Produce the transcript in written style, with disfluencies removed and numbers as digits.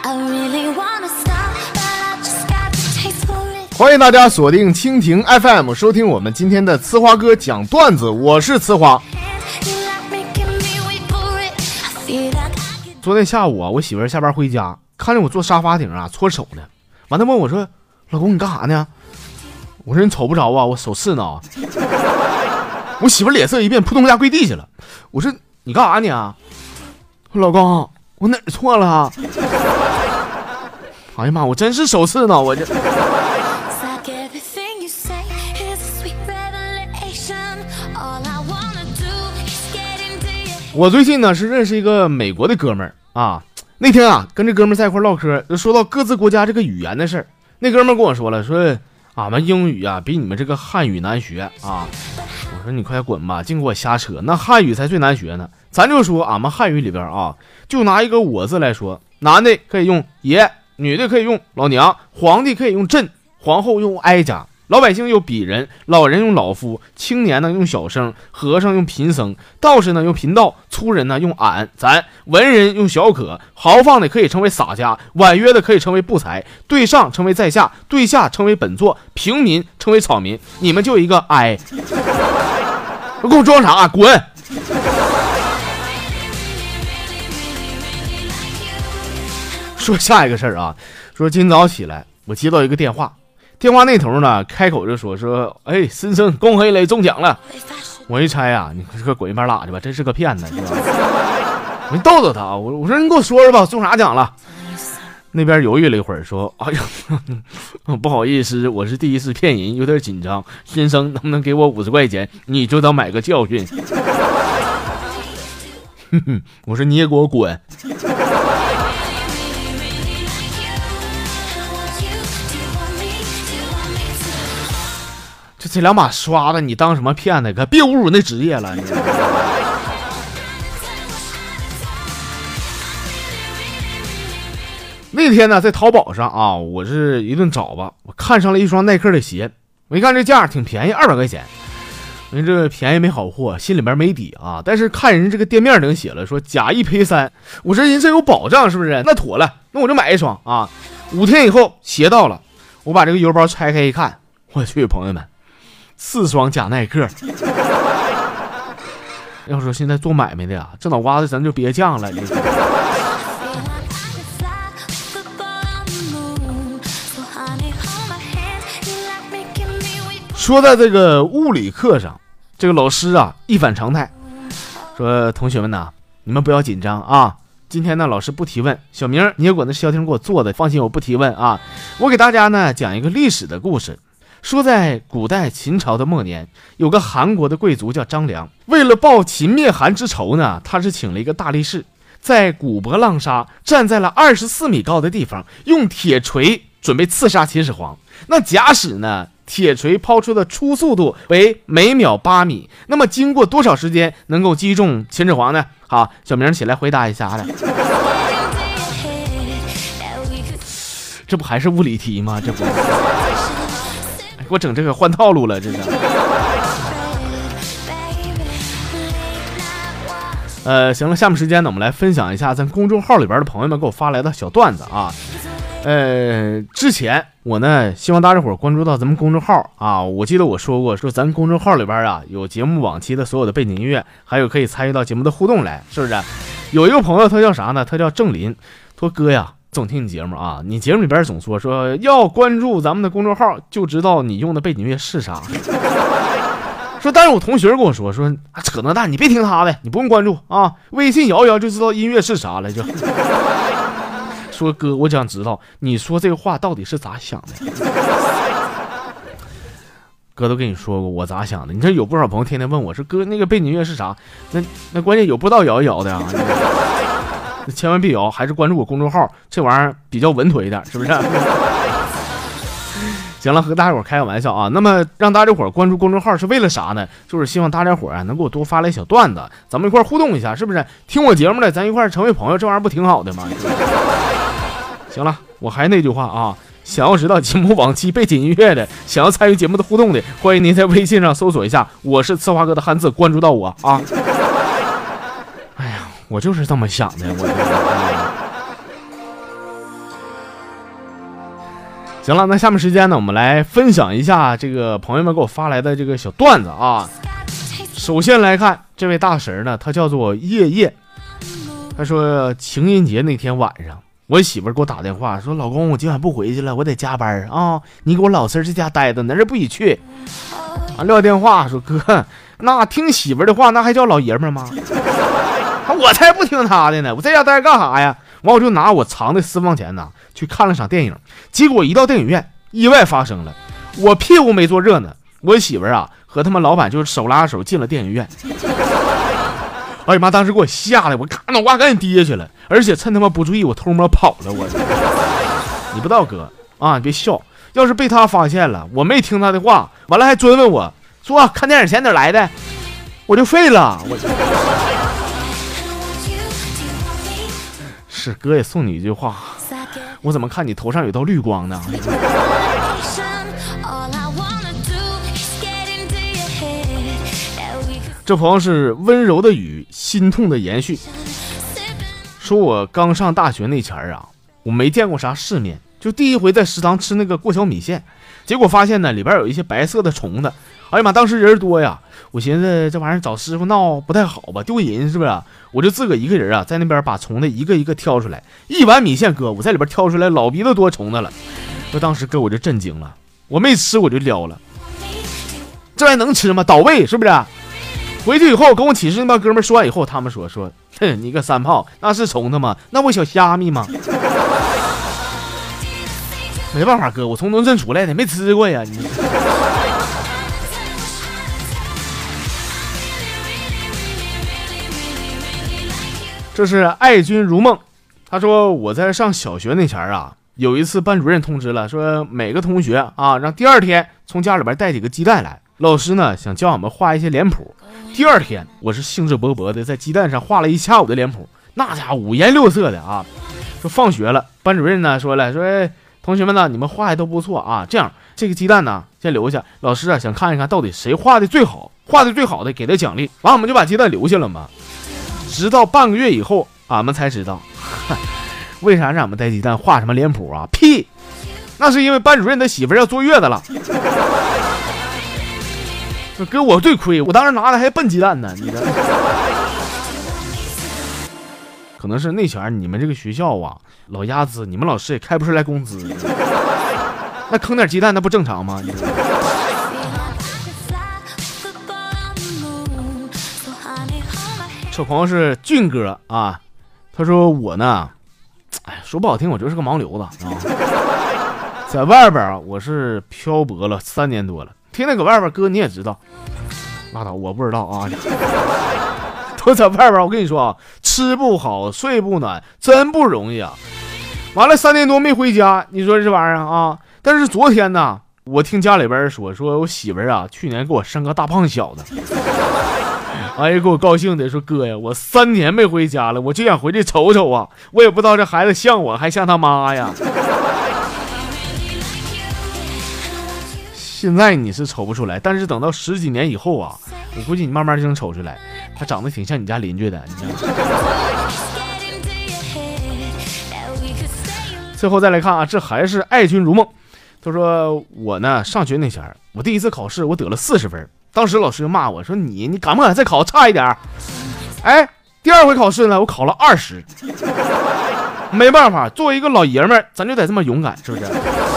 欢迎大家锁定蜻蜓 FM 收听我们今天的呲花哥讲段子，我是呲花。昨天下午啊，我媳妇儿下班回家，看见我坐沙发顶啊搓手呢，完她问我说：“老公你干啥呢？”我说：“你瞅不着啊，我手刺呢。”我媳妇儿脸色一变，扑通一下跪地下了。我说：“你干啥呢？”老公，我哪儿错了啊？哎呀妈，我真是手刺呢，我这。我最近呢是认识一个美国的哥们儿啊，那天啊跟这哥们儿在一块唠嗑，就说到各自国家这个语言的事儿。那哥们儿跟我说了，说俺们英语啊比你们这个汉语难学啊。我说你快滚吧，净给我瞎扯，那汉语才最难学呢。咱就说俺们汉语里边啊，就拿一个我字来说，男的可以用爷，女的可以用老娘，皇帝可以用朕，皇后用哀家，老百姓用鄙人，老人用老夫，青年呢用小生，和尚用贫僧，道士呢用贫道，粗人呢用俺咱，文人用小可，豪放的可以称为洒家，婉约的可以称为不才，对上称为在下，对下称为本座，平民称为草民，你们就一个哀。给我装啥？滚！说下一个事儿啊，说今早起来我接到一个电话。电话那头呢，开口就说，哎，先生，恭喜你中奖了。我一猜啊，你这个滚一边拉去吧，真是个骗子，是吧？我逗逗他，我说你给我说说吧，中啥奖了？那边犹豫了一会儿，说，哎呀，不好意思，我是第一次骗人，有点紧张。先生，能不能给我50块钱？你就当买个教训。我说你也给我滚。这两把刷子，你当什么骗子？可别侮辱那职业了。那天呢，在淘宝上啊，我是一顿找吧，我看上了一双耐克的鞋。我一看这价挺便宜，200块钱。因为这个便宜没好货，心里边没底啊。但是看人这个店面顶写了说假1赔3，我说人这有保障是不是？那妥了，那我就买一双啊。5天以后鞋到了，我把这个邮包拆开一看，我去，朋友们。4双假耐克。要说现在做买卖的呀，这脑瓜子咱就别犟了。说在这个物理课上，这个老师啊一反常态，说同学们呐，你们不要紧张啊。今天呢，老师不提问，小明你也管那消停给我做的，放心，我不提问啊。我给大家呢讲一个历史的故事。说在古代秦朝的末年，有个韩国的贵族叫张良，为了报秦灭韩之仇呢，他是请了一个大力士，在古博浪沙站在了24米高的地方，用铁锤准备刺杀秦始皇。那假使呢，铁锤抛出的初速度为每秒8米，那么经过多少时间能够击中秦始皇呢？好，小明起来回答一下来。这不还是物理题吗？这不给我整这个换套路了，这是。行了，下面时间呢，我们来分享一下咱公众号里边的朋友们给我发来的小段子啊。之前我呢希望大家伙关注到咱们公众号啊，我记得我说过，说咱公众号里边啊有节目往期的所有的背景音乐，还有可以参与到节目的互动来，是不是？有一个朋友他叫啥呢？他叫郑林，说哥呀。总听你节目啊，你节目里边总说要关注咱们的公众号，就知道你用的背景乐是啥。说，但是我同学跟我说扯那蛋，你别听他的，你不用关注啊，微信摇一摇就知道音乐是啥了。就说哥，我想知道你说这个话到底是咋想的。哥都跟你说过我咋想的，你这有不少朋友天天问我说哥那个背景乐是啥，那关键有不知道摇一摇的啊。千万别摇，还是关注我公众号，这玩意儿比较稳妥一点，是不是？行了，和大家伙开个玩笑啊。那么让大家伙关注公众号是为了啥呢？就是希望大家伙啊能给我多发来小段子，咱们一块互动一下，是不是？听我节目的，咱一块成为朋友，这玩意儿不挺好的吗？行了，我还那句话啊，想要知道节目往期背景音乐的，想要参与节目的互动的，欢迎您在微信上搜索一下我是策划哥的汉字，关注到我啊。我就是这么想的， 行了，那下面时间呢，我们来分享一下这个朋友们给我发来的这个小段子啊。首先来看这位大神呢，他叫做叶叶。他说情人节那天晚上，我媳妇给我打电话说，老公，我今晚不回去了，我得加班啊，你给我老实在家待着，哪儿不许去。撂电话说，哥，那听媳妇的话，那还叫老爷们吗？我才不听他的呢，我在家待着干啥呀？完我就拿我藏的私房钱呢去看了场电影，结果一到电影院，意外发生了，我屁股没坐热呢，我媳妇啊和他们老板就是手拉手进了电影院。哎呀妈！当时给我吓得我咔脑瓜赶紧低下去了，而且趁他妈不注意，我偷摸跑了。你不知道哥啊，你别笑，要是被他发现了，我没听他的话，完了还追问我说看电影钱哪来的，我就废了。是哥也送你一句话，我怎么看你头上有道绿光呢？这朋友是温柔的雨，心痛的延续。说我刚上大学那前儿啊，我没见过啥世面，就第一回在食堂吃那个过桥米线，结果发现呢里边有一些白色的虫子。哎呀妈，当时人多呀，我寻思这玩意儿找师傅闹不太好吧，丢人是不是？我就自个一个人啊在那边把虫子一个一个挑出来，一碗米线哥，我在里边挑出来老鼻子多虫子了。说当时哥我就震惊了，我没吃我就撩了，这玩意能吃吗？倒胃是不是？回去以后跟我寝室那帮哥们说完以后，他们说哼，你个三炮，那是虫子吗？那不小虾米吗？没办法哥，我从农村出来的，没吃过呀。你这是爱君如梦，他说我在上小学那前儿啊，有一次班主任通知了，说每个同学啊让第二天从家里边带几个鸡蛋来，老师呢想教我们画一些脸谱。第二天我是兴致勃勃的在鸡蛋上画了一下午的脸谱，那家伙五颜六色的啊。说放学了，班主任呢说了，说同学们呢，你们画的都不错啊，这样这个鸡蛋呢先留下，老师啊想看一看到底谁画的最好，画的最好的给他奖励。完我们就把鸡蛋留下了嘛。直到半个月以后，俺们才知道为啥让俺们带鸡蛋画什么脸谱啊？屁，那是因为班主任的媳妇要坐月子了。哥我最亏，我当时拿的还笨鸡蛋呢。你的可能是那前儿你们这个学校啊老鸭子，你们老师也开不出来工资，那坑点鸡蛋那不正常吗？这朋友是俊哥啊，他说我呢，哎，说不好听，我就是个盲流子啊，在外边啊，我是漂泊了3年多了。天天搁外边，哥你也知道，拉倒，我不知道啊。都在外边，我跟你说啊，吃不好，睡不暖，真不容易啊。完了3年多没回家，你说这玩意儿啊？但是昨天呢，我听家里边说我媳妇儿啊，去年给我生个大胖小子。哎呀，给我高兴的说，哥呀，我3年没回家了，我就想回去瞅瞅啊。我也不知道这孩子像我还像他妈呀。现在你是瞅不出来，但是等到10几年以后啊，我估计你慢慢就能瞅出来，他长得挺像你家邻居的。你知道吗？最后再来看啊，这还是爱君如梦。他说我呢上学那前儿，我第一次考试我得了40分，当时老师就骂我说你敢不敢再考差一点？哎，第2回考试呢，我考了20。没办法，作为一个老爷们儿，咱就得这么勇敢，是不是？